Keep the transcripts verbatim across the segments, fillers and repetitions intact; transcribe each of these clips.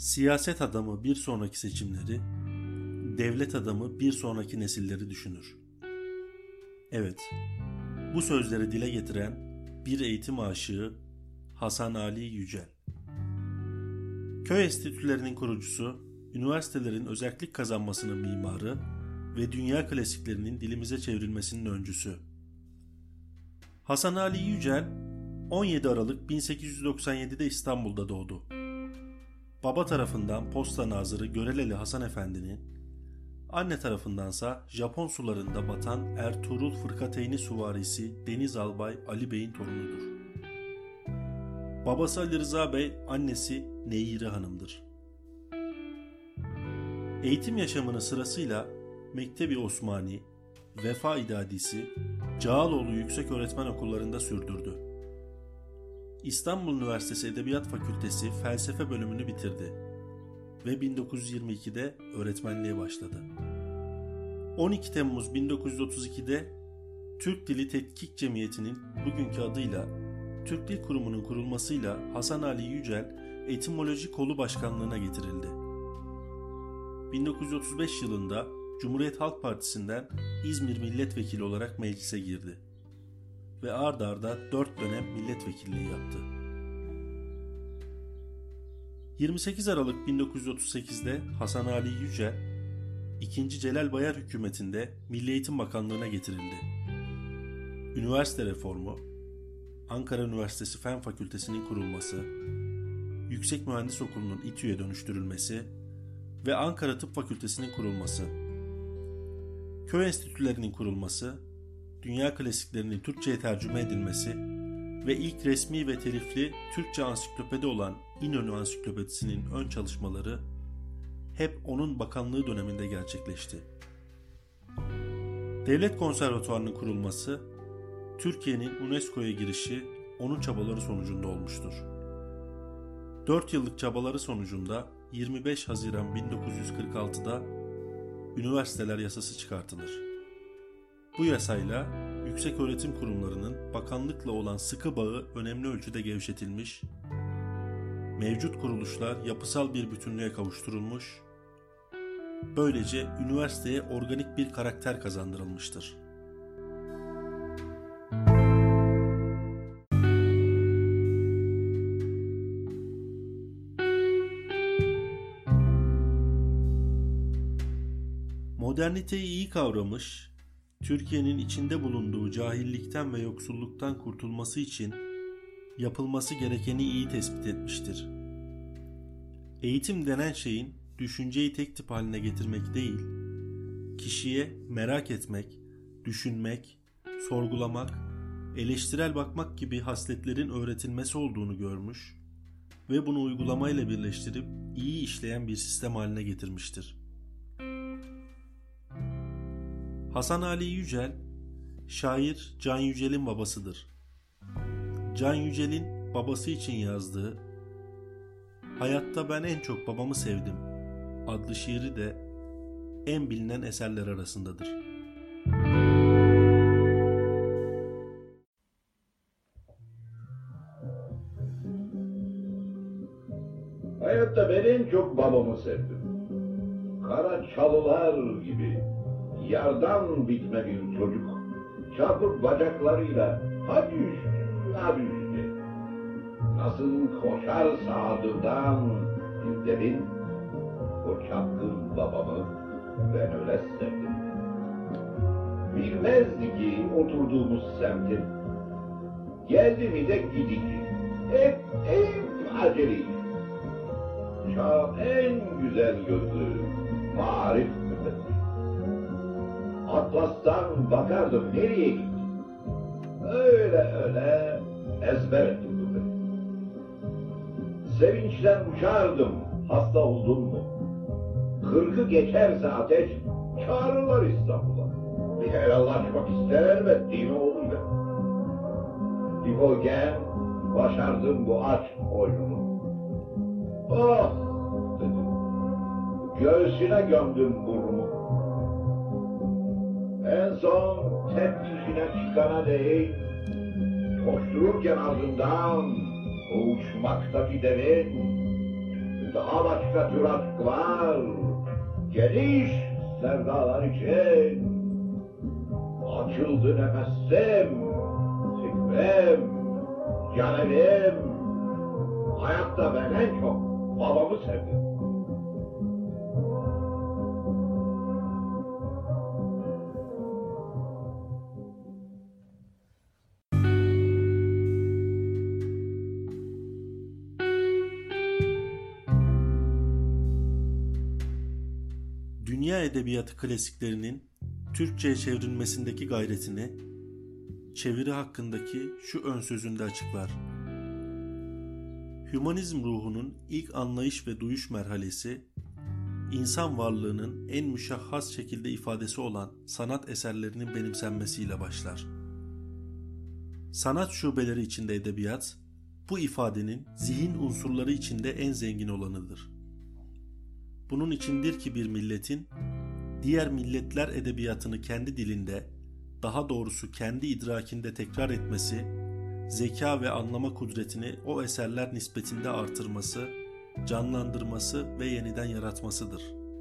Siyaset adamı bir sonraki seçimleri, devlet adamı bir sonraki nesilleri düşünür. Evet, bu sözleri dile getiren bir eğitim aşığı Hasan Ali Yücel. Köy enstitülerinin kurucusu, üniversitelerin özellik kazanmasının mimarı ve dünya klasiklerinin dilimize çevrilmesinin öncüsü. Hasan Ali Yücel, on yedi Aralık bin sekiz yüz doksan yedi'de İstanbul'da doğdu. Baba tarafından posta nazırı Göreleli Hasan Efendi'nin, anne tarafındansa Japon sularında batan Ertuğrul Fırkateyni Süvarisi Deniz Albay Ali Bey'in torunudur. Babası Ali Rıza Bey, annesi Neyire Hanım'dır. Eğitim yaşamını sırasıyla Mektebi Osmani, Vefa İdadisi, Cağaloğlu Yükseköğretmen Okullarında sürdürdü. İstanbul Üniversitesi Edebiyat Fakültesi Felsefe bölümünü bitirdi ve bin dokuz yüz yirmi iki'de öğretmenliğe başladı. on iki Temmuz bin dokuz yüz otuz iki'de Türk Dili Tetkik Cemiyeti'nin bugünkü adıyla Türk Dil Kurumu'nun kurulmasıyla Hasan Ali Yücel Etimoloji Kolu Başkanlığına getirildi. bin dokuz yüz otuz beş yılında Cumhuriyet Halk Partisi'nden İzmir Milletvekili olarak meclise girdi ve ard arda dört dönem milletvekilliği yaptı. yirmi sekiz Aralık bin dokuz yüz otuz sekiz'de Hasan Ali Yücel, ikinci. Celal Bayar hükümetinde Milli Eğitim Bakanlığı'na getirildi. Üniversite reformu, Ankara Üniversitesi Fen Fakültesi'nin kurulması, Yüksek Mühendis Okulu'nun İTÜ'ye dönüştürülmesi ve Ankara Tıp Fakültesi'nin kurulması, köy enstitülerinin kurulması, dünya klasiklerinin Türkçe'ye tercüme edilmesi ve ilk resmi ve telifli Türkçe ansiklopedi olan İnönü Ansiklopedisi'nin ön çalışmaları hep onun bakanlığı döneminde gerçekleşti. Devlet Konservatuvarı'nın kurulması, Türkiye'nin UNESCO'ya girişi onun çabaları sonucunda olmuştur. dört yıllık çabaları sonucunda yirmi beş Haziran bin dokuz yüz kırk altı'da Üniversiteler Yasası çıkartılır. Bu yasayla yükseköğretim kurumlarının bakanlıkla olan sıkı bağı önemli ölçüde gevşetilmiş, mevcut kuruluşlar yapısal bir bütünlüğe kavuşturulmuş, böylece üniversiteye organik bir karakter kazandırılmıştır. Moderniteyi iyi kavramış, Türkiye'nin içinde bulunduğu cahillikten ve yoksulluktan kurtulması için yapılması gerekeni iyi tespit etmiştir. Eğitim denen şeyin düşünceyi tek tip haline getirmek değil, kişiye merak etmek, düşünmek, sorgulamak, eleştirel bakmak gibi hasletlerin öğretilmesi olduğunu görmüş ve bunu uygulamayla birleştirip iyi işleyen bir sistem haline getirmiştir. Hasan Ali Yücel, şair Can Yücel'in babasıdır. Can Yücel'in babası için yazdığı "Hayatta ben en çok babamı sevdim" adlı şiiri de en bilinen eserler arasındadır. Hayatta ben en çok babamı sevdim. Kara çalılar gibi yardan bitme bir çocuk, çarpık bacaklarıyla hadi üstü, hadi üstü. Nasıl koşar sağdırdan bir devin, o çapkın babamı ben öyle sevdim. Bilmezdi ki oturduğumuz semtin, geldi mi de gidici, hep hep acele. Çağın en güzel gözlü, marif müfettiş. Atlas'tan bakardım nereye gitti. Öyle öyle ezber ettim beni. Sevinçten uçardım hasta oldun mu. Kırkı geçerse ateş çağırırlar İstanbul'a. Bir helallaşmak ister elbet değil mi oğlum ben? Difogen başardım bu aşk oyununu. Oh dedim. Göğsüne gömdüm burnumu. En son tepkisine çıkana değil, koştururken ardından o uçmaktaki devin daha başka tür aşklar, geniş sevdalar için. Açıldı nefesim, fikrim, canevim. Hayatta ben en çok babamı sevdim. Dünya edebiyatı klasiklerinin Türkçe'ye çevrilmesindeki gayretini çeviri hakkındaki şu ön sözünde açıklar. Hümanizm ruhunun ilk anlayış ve duyuş merhalesi, insan varlığının en müşahhas şekilde ifadesi olan sanat eserlerinin benimsenmesiyle başlar. Sanat şubeleri içinde edebiyat, bu ifadenin zihin unsurları içinde en zengin olanıdır. Bunun içindir ki bir milletin, diğer milletler edebiyatını kendi dilinde, daha doğrusu kendi idrakinde tekrar etmesi, zeka ve anlama kudretini o eserler nispetinde artırması, canlandırması ve yeniden yaratmasıdır.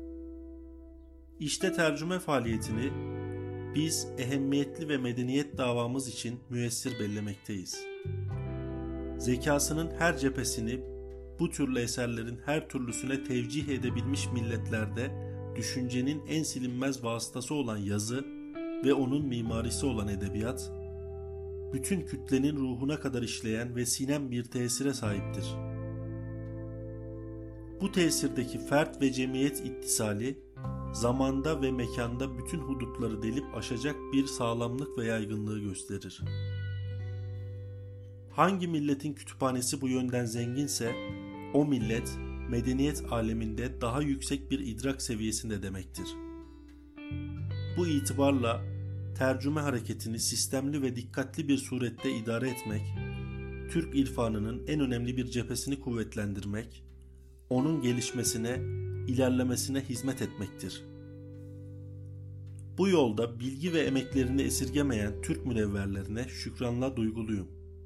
İşte tercüme faaliyetini biz ehemmiyetli ve medeniyet davamız için müessir bellemekteyiz. Zekasının her cephesini bu türlü eserlerin her türlüsüne tevcih edebilmiş milletlerde düşüncenin en silinmez vasıtası olan yazı ve onun mimarisi olan edebiyat, bütün kütlenin ruhuna kadar işleyen ve sinen bir tesire sahiptir. Bu tesirdeki fert ve cemiyet ittisali, zamanda ve mekanda bütün hudutları delip aşacak bir sağlamlık ve yaygınlığı gösterir. Hangi milletin kütüphanesi bu yönden zenginse, o millet, medeniyet aleminde daha yüksek bir idrak seviyesinde demektir. Bu itibarla tercüme hareketini sistemli ve dikkatli bir surette idare etmek, Türk irfanının en önemli bir cephesini kuvvetlendirmek, onun gelişmesine, ilerlemesine hizmet etmektir. Bu yolda bilgi ve emeklerini esirgemeyen Türk münevverlerine şükranla duyguluyum.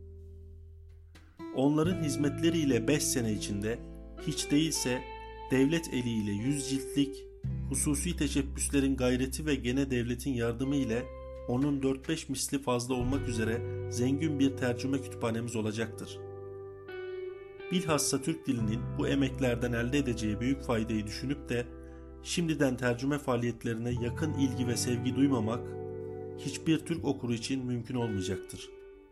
Onların hizmetleriyle beş sene içinde hiç değilse devlet eliyle yüz ciltlik, hususi teşebbüslerin gayreti ve gene devletin yardımı ile onun dört beş misli fazla olmak üzere zengin bir tercüme kütüphanemiz olacaktır. Bilhassa Türk dilinin bu emeklerden elde edeceği büyük faydayı düşünüp de şimdiden tercüme faaliyetlerine yakın ilgi ve sevgi duymamak hiçbir Türk okuru için mümkün olmayacaktır.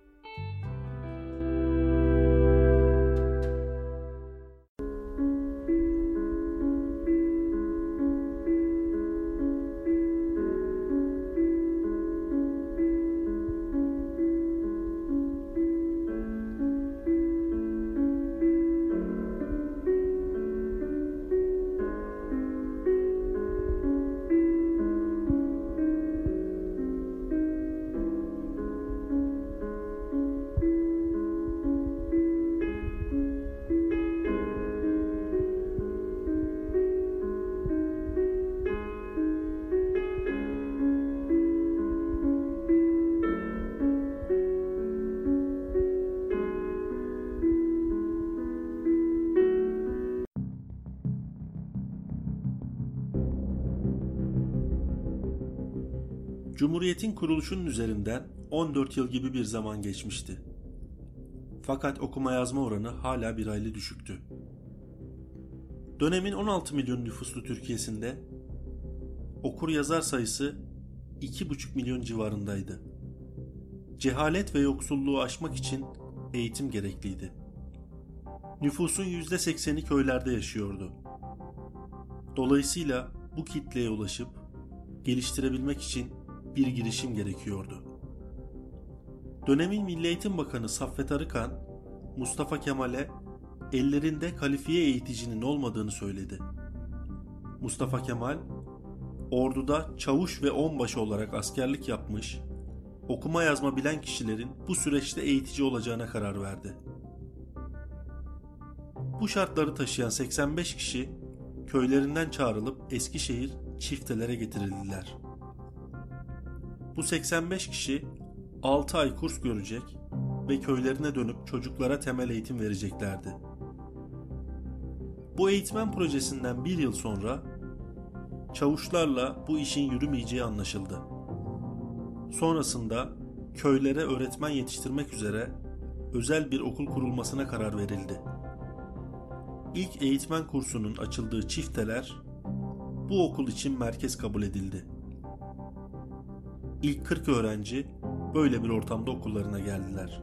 Cumhuriyetin kuruluşunun üzerinden on dört yıl gibi bir zaman geçmişti. Fakat okuma yazma oranı hala bir hayli düşüktü. Dönemin on altı milyon nüfuslu Türkiye'sinde okur yazar sayısı iki buçuk milyon civarındaydı. Cehalet ve yoksulluğu aşmak için eğitim gerekliydi. Nüfusun yüzde sekseni köylerde yaşıyordu. Dolayısıyla bu kitleye ulaşıp geliştirebilmek için bir girişim gerekiyordu. Dönemin Milli Eğitim Bakanı Saffet Arıkan, Mustafa Kemal'e ellerinde kalifiye eğiticinin olmadığını söyledi. Mustafa Kemal, orduda çavuş ve onbaşı olarak askerlik yapmış, okuma yazma bilen kişilerin bu süreçte eğitici olacağına karar verdi. Bu şartları taşıyan seksen beş kişi köylerinden çağrılıp Eskişehir çiftelere getirildiler. Bu seksen beş kişi altı ay kurs görecek ve köylerine dönüp çocuklara temel eğitim vereceklerdi. Bu eğitmen projesinden bir yıl sonra çavuşlarla bu işin yürümeyeceği anlaşıldı. Sonrasında köylere öğretmen yetiştirmek üzere özel bir okul kurulmasına karar verildi. İlk eğitmen kursunun açıldığı Çifteler bu okul için merkez kabul edildi. İlk kırk öğrenci böyle bir ortamda okullarına geldiler.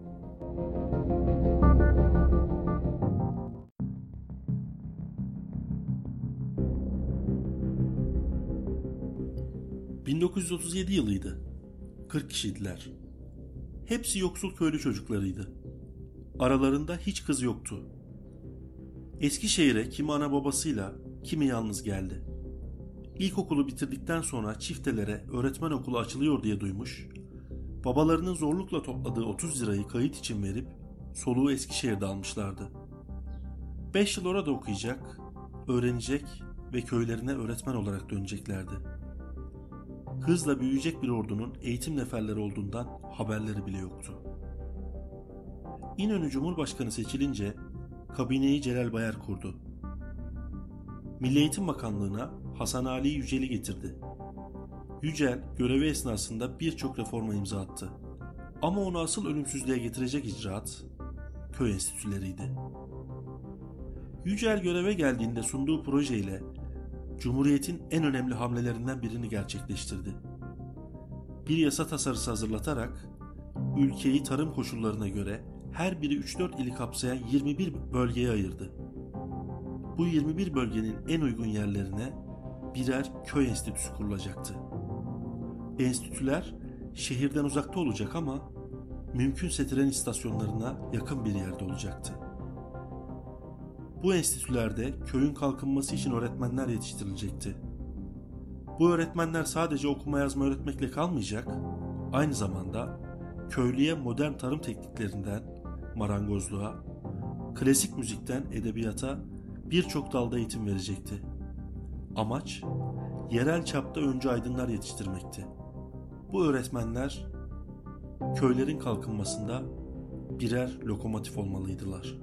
bin dokuz yüz otuz yedi yılıydı. kırk kişiydiler. Hepsi yoksul köylü çocuklarıydı. Aralarında hiç kız yoktu. Eskişehir'e kimi ana babasıyla, kimi yalnız geldi. İlkokulu bitirdikten sonra Çiftelere öğretmen okulu açılıyor diye duymuş, babalarının zorlukla topladığı otuz lirayı kayıt için verip soluğu Eskişehir'de almışlardı. beş yıl orada okuyacak, öğrenecek ve köylerine öğretmen olarak döneceklerdi. Hızla büyüyecek bir ordunun eğitim neferleri olduğundan haberleri bile yoktu. İnönü Cumhurbaşkanı seçilince kabineyi Celal Bayar kurdu. Milli Eğitim Bakanlığı'na Hasan Ali Yücel'i getirdi. Yücel görevi esnasında birçok reforma imza attı. Ama onu asıl ölümsüzlüğe getirecek icraat köy enstitüleriydi. Yücel göreve geldiğinde sunduğu projeyle Cumhuriyet'in en önemli hamlelerinden birini gerçekleştirdi. Bir yasa tasarısı hazırlatarak ülkeyi tarım koşullarına göre her biri üç dört ili kapsayan yirmi bir bölgeye ayırdı. Bu yirmi bir bölgenin en uygun yerlerine birer köy enstitüsü kurulacaktı. Enstitüler şehirden uzakta olacak ama mümkünse tren istasyonlarına yakın bir yerde olacaktı. Bu enstitülerde köyün kalkınması için öğretmenler yetiştirilecekti. Bu öğretmenler sadece okuma yazma öğretmekle kalmayacak, aynı zamanda köylüye modern tarım tekniklerinden marangozluğa, klasik müzikten edebiyata birçok dalda eğitim verecekti. Amaç, yerel çapta öncü aydınlar yetiştirmekti. Bu öğretmenler köylerin kalkınmasında birer lokomotif olmalıydılar.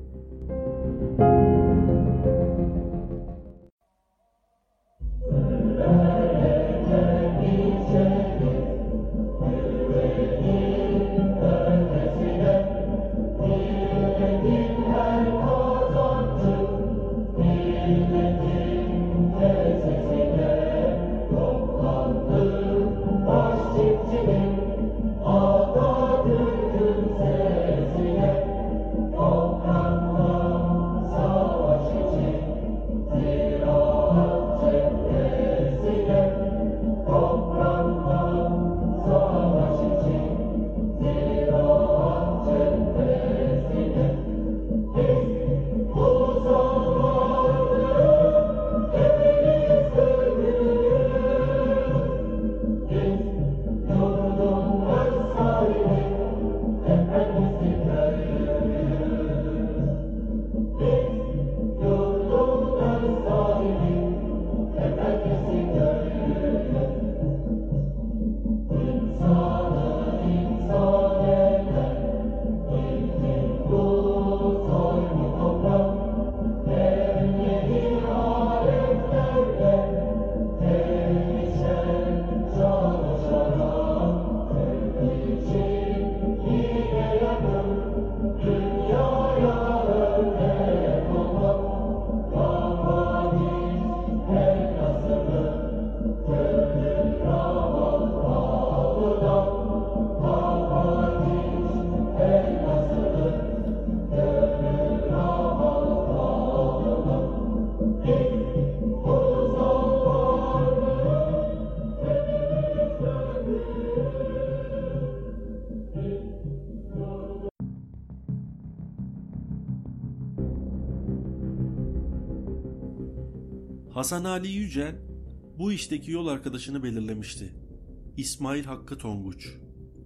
Hasan Ali Yücel bu işteki yol arkadaşını belirlemişti. İsmail Hakkı Tonguç.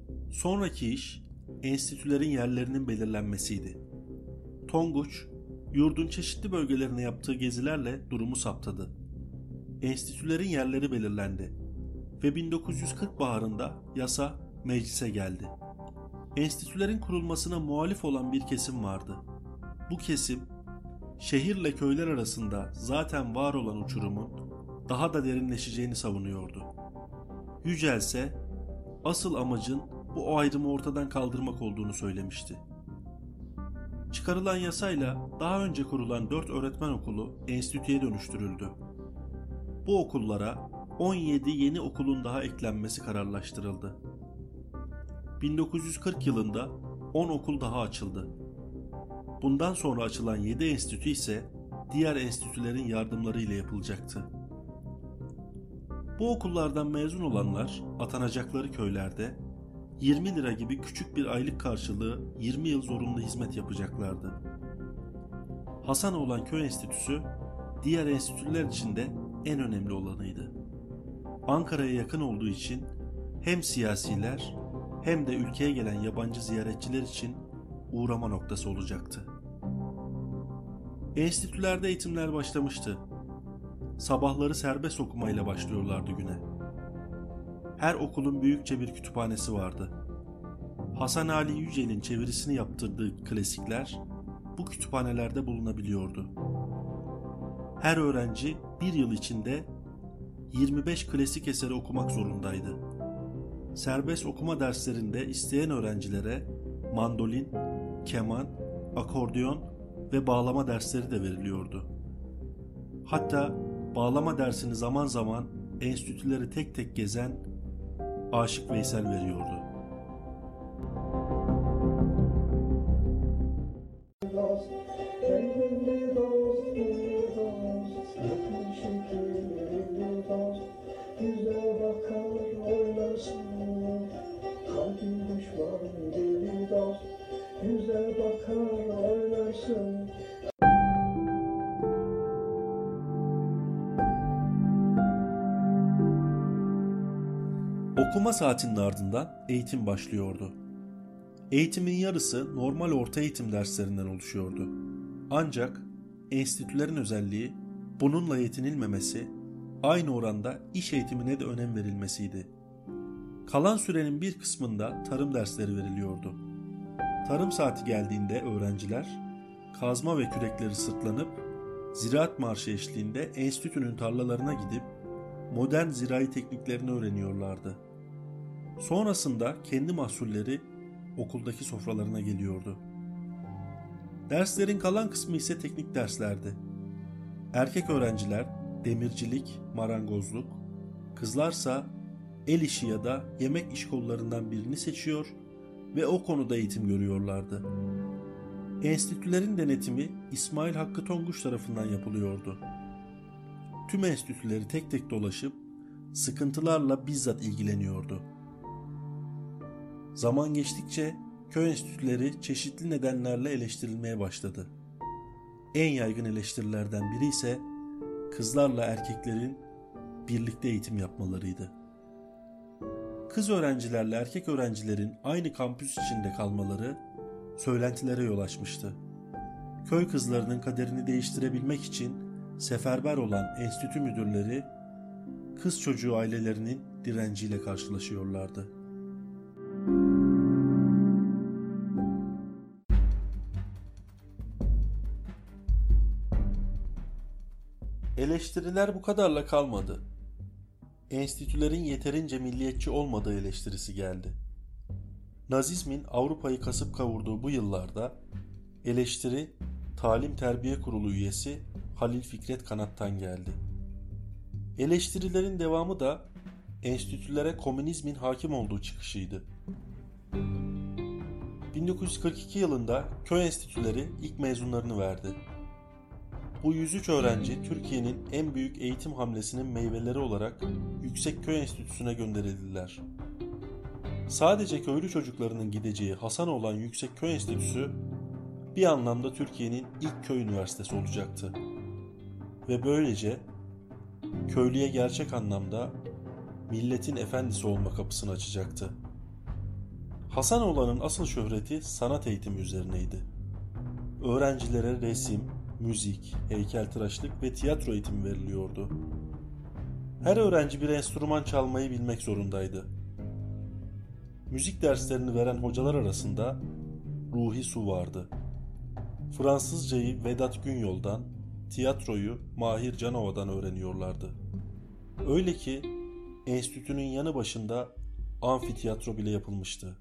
Sonraki iş enstitülerin yerlerinin belirlenmesiydi. Tonguç, yurdun çeşitli bölgelerine yaptığı gezilerle durumu saptadı. Enstitülerin yerleri belirlendi ve bin dokuz yüz kırk baharında yasa meclise geldi. Enstitülerin kurulmasına muhalif olan bir kesim vardı. Bu kesim şehirle köyler arasında zaten var olan uçurumun daha da derinleşeceğini savunuyordu. Yücelse asıl amacın bu ayrımı ortadan kaldırmak olduğunu söylemişti. Çıkarılan yasayla daha önce kurulan dört öğretmen okulu enstitüye dönüştürüldü. Bu okullara on yedi yeni okulun daha eklenmesi kararlaştırıldı. bin dokuz yüz kırk yılında on okul daha açıldı. Bundan sonra açılan yedi enstitü ise diğer enstitülerin yardımlarıyla yapılacaktı. Bu okullardan mezun olanlar atanacakları köylerde yirmi lira gibi küçük bir aylık karşılığı yirmi yıl zorunlu hizmet yapacaklardı. Hasanoğlan Köy Enstitüsü diğer enstitüler içinde en önemli olanıydı. Ankara'ya yakın olduğu için hem siyasiler hem de ülkeye gelen yabancı ziyaretçiler için uğrama noktası olacaktı. Enstitülerde eğitimler başlamıştı. Sabahları serbest okumayla başlıyorlardı güne. Her okulun büyükçe bir kütüphanesi vardı. Hasan Ali Yücel'in çevirisini yaptırdığı klasikler bu kütüphanelerde bulunabiliyordu. Her öğrenci bir yıl içinde yirmi beş klasik eseri okumak zorundaydı. Serbest okuma derslerinde isteyen öğrencilere mandolin, keman, akordeon ve bağlama dersleri de veriliyordu. Hatta bağlama dersini zaman zaman enstitüleri tek tek gezen Aşık Veysel veriyordu. Okuma saatinin ardından eğitim başlıyordu. Eğitimin yarısı normal orta eğitim derslerinden oluşuyordu. Ancak enstitülerin özelliği bununla yetinilmemesi, aynı oranda iş eğitimine de önem verilmesiydi. Kalan sürenin bir kısmında tarım dersleri veriliyordu. Tarım saati geldiğinde öğrenciler kazma ve kürekleri sırtlanıp ziraat marşı eşliğinde enstitünün tarlalarına gidip modern zirai tekniklerini öğreniyorlardı. Sonrasında kendi mahsulleri okuldaki sofralarına geliyordu. Derslerin kalan kısmı ise teknik derslerdi. Erkek öğrenciler demircilik, marangozluk, kızlarsa el işi ya da yemek iş kollarından birini seçiyor ve o konuda eğitim görüyorlardı. Enstitülerin denetimi İsmail Hakkı Tonguç tarafından yapılıyordu. Tüm enstitüleri tek tek dolaşıp sıkıntılarla bizzat ilgileniyordu. Zaman geçtikçe köy enstitüleri çeşitli nedenlerle eleştirilmeye başladı. En yaygın eleştirilerden biri ise kızlarla erkeklerin birlikte eğitim yapmalarıydı. Kız öğrencilerle erkek öğrencilerin aynı kampüs içinde kalmaları söylentilere yol açmıştı. Köy kızlarının kaderini değiştirebilmek için seferber olan enstitü müdürleri kız çocuğu ailelerinin direnciyle karşılaşıyorlardı. Eleştiriler bu kadarla kalmadı. Enstitülerin yeterince milliyetçi olmadığı eleştirisi geldi. Nazizmin Avrupa'yı kasıp kavurduğu bu yıllarda eleştiri Talim Terbiye Kurulu üyesi Halil Fikret Kanat'tan geldi. Eleştirilerin devamı da enstitülere komünizmin hakim olduğu çıkışıydı. bin dokuz yüz kırk iki yılında köy enstitüleri ilk mezunlarını verdi. Bu yüz üç öğrenci Türkiye'nin en büyük eğitim hamlesinin meyveleri olarak Yüksekköy Enstitüsü'ne gönderildiler. Sadece köylü çocuklarının gideceği Hasanoğlan Yüksekköy Enstitüsü bir anlamda Türkiye'nin ilk köy üniversitesi olacaktı. Ve böylece köylüye gerçek anlamda milletin efendisi olma kapısını açacaktı. Hasanoğlan'ın asıl şöhreti sanat eğitimi üzerineydi. Öğrencilere resim, müzik, heykeltıraşlık ve tiyatro eğitimi veriliyordu. Her öğrenci bir enstrüman çalmayı bilmek zorundaydı. Müzik derslerini veren hocalar arasında Ruhi Su vardı. Fransızcayı Vedat Günyol'dan, tiyatroyu Mahir Canova'dan öğreniyorlardı. Öyle ki enstitünün yanı başında amfiteyatro bile yapılmıştı.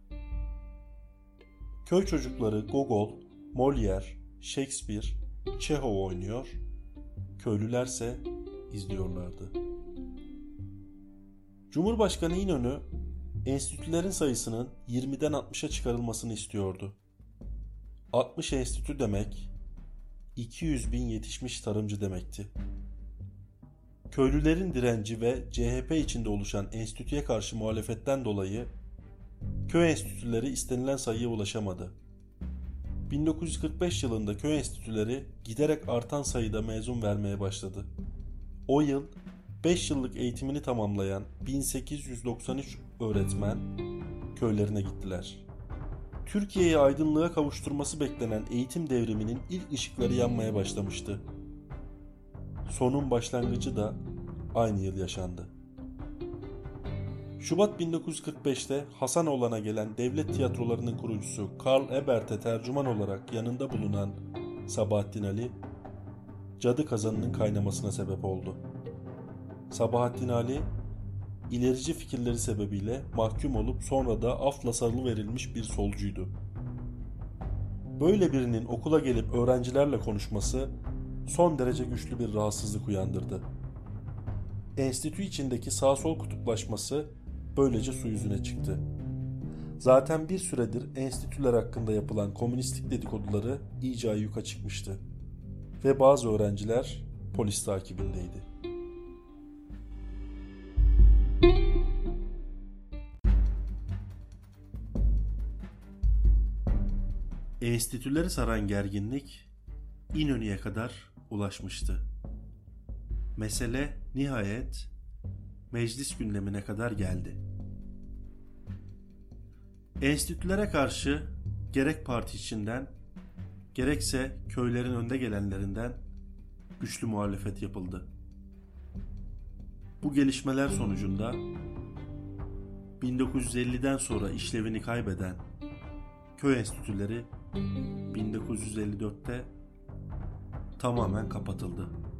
Köy çocukları Gogol, Molière, Shakespeare, Çehov oynuyor, köylülerse izliyorlardı. Cumhurbaşkanı İnönü, enstitülerin sayısının yirmiden altmışa çıkarılmasını istiyordu. altmış enstitü demek, iki yüz bin yetişmiş tarımcı demekti. Köylülerin direnci ve C H P içinde oluşan enstitüye karşı muhalefetten dolayı köy enstitüleri istenilen sayıya ulaşamadı. bin dokuz yüz kırk beş yılında köy enstitüleri giderek artan sayıda mezun vermeye başladı. O yıl beş yıllık eğitimini tamamlayan bin sekiz yüz doksan üç öğretmen köylerine gittiler. Türkiye'yi aydınlığa kavuşturması beklenen eğitim devriminin ilk ışıkları yanmaya başlamıştı. Sonun başlangıcı da aynı yıl yaşandı. Şubat bin dokuz yüz kırk beşte Hasanoğlan'a gelen devlet tiyatrolarının kurucusu Karl Ebert'e tercüman olarak yanında bulunan Sabahattin Ali, cadı kazanının kaynamasına sebep oldu. Sabahattin Ali, ilerici fikirleri sebebiyle mahkum olup sonra da afla sarılıverilmiş bir solcuydu. Böyle birinin okula gelip öğrencilerle konuşması son derece güçlü bir rahatsızlık uyandırdı. Enstitü içindeki sağ-sol kutuplaşması böylece su yüzüne çıktı. Zaten bir süredir enstitüler hakkında yapılan komünistlik dedikoduları iyice ayyuka çıkmıştı ve bazı öğrenciler polis takibindeydi. Enstitüleri saran gerginlik İnönü'ye kadar ulaşmıştı. Mesele nihayet meclis gündemine kadar geldi. Enstitülere karşı gerek parti içinden gerekse köylerin önde gelenlerinden güçlü muhalefet yapıldı. Bu gelişmeler sonucunda bin dokuz yüz elliden sonra işlevini kaybeden köy enstitüleri bin dokuz yüz elli dörtte tamamen kapatıldı.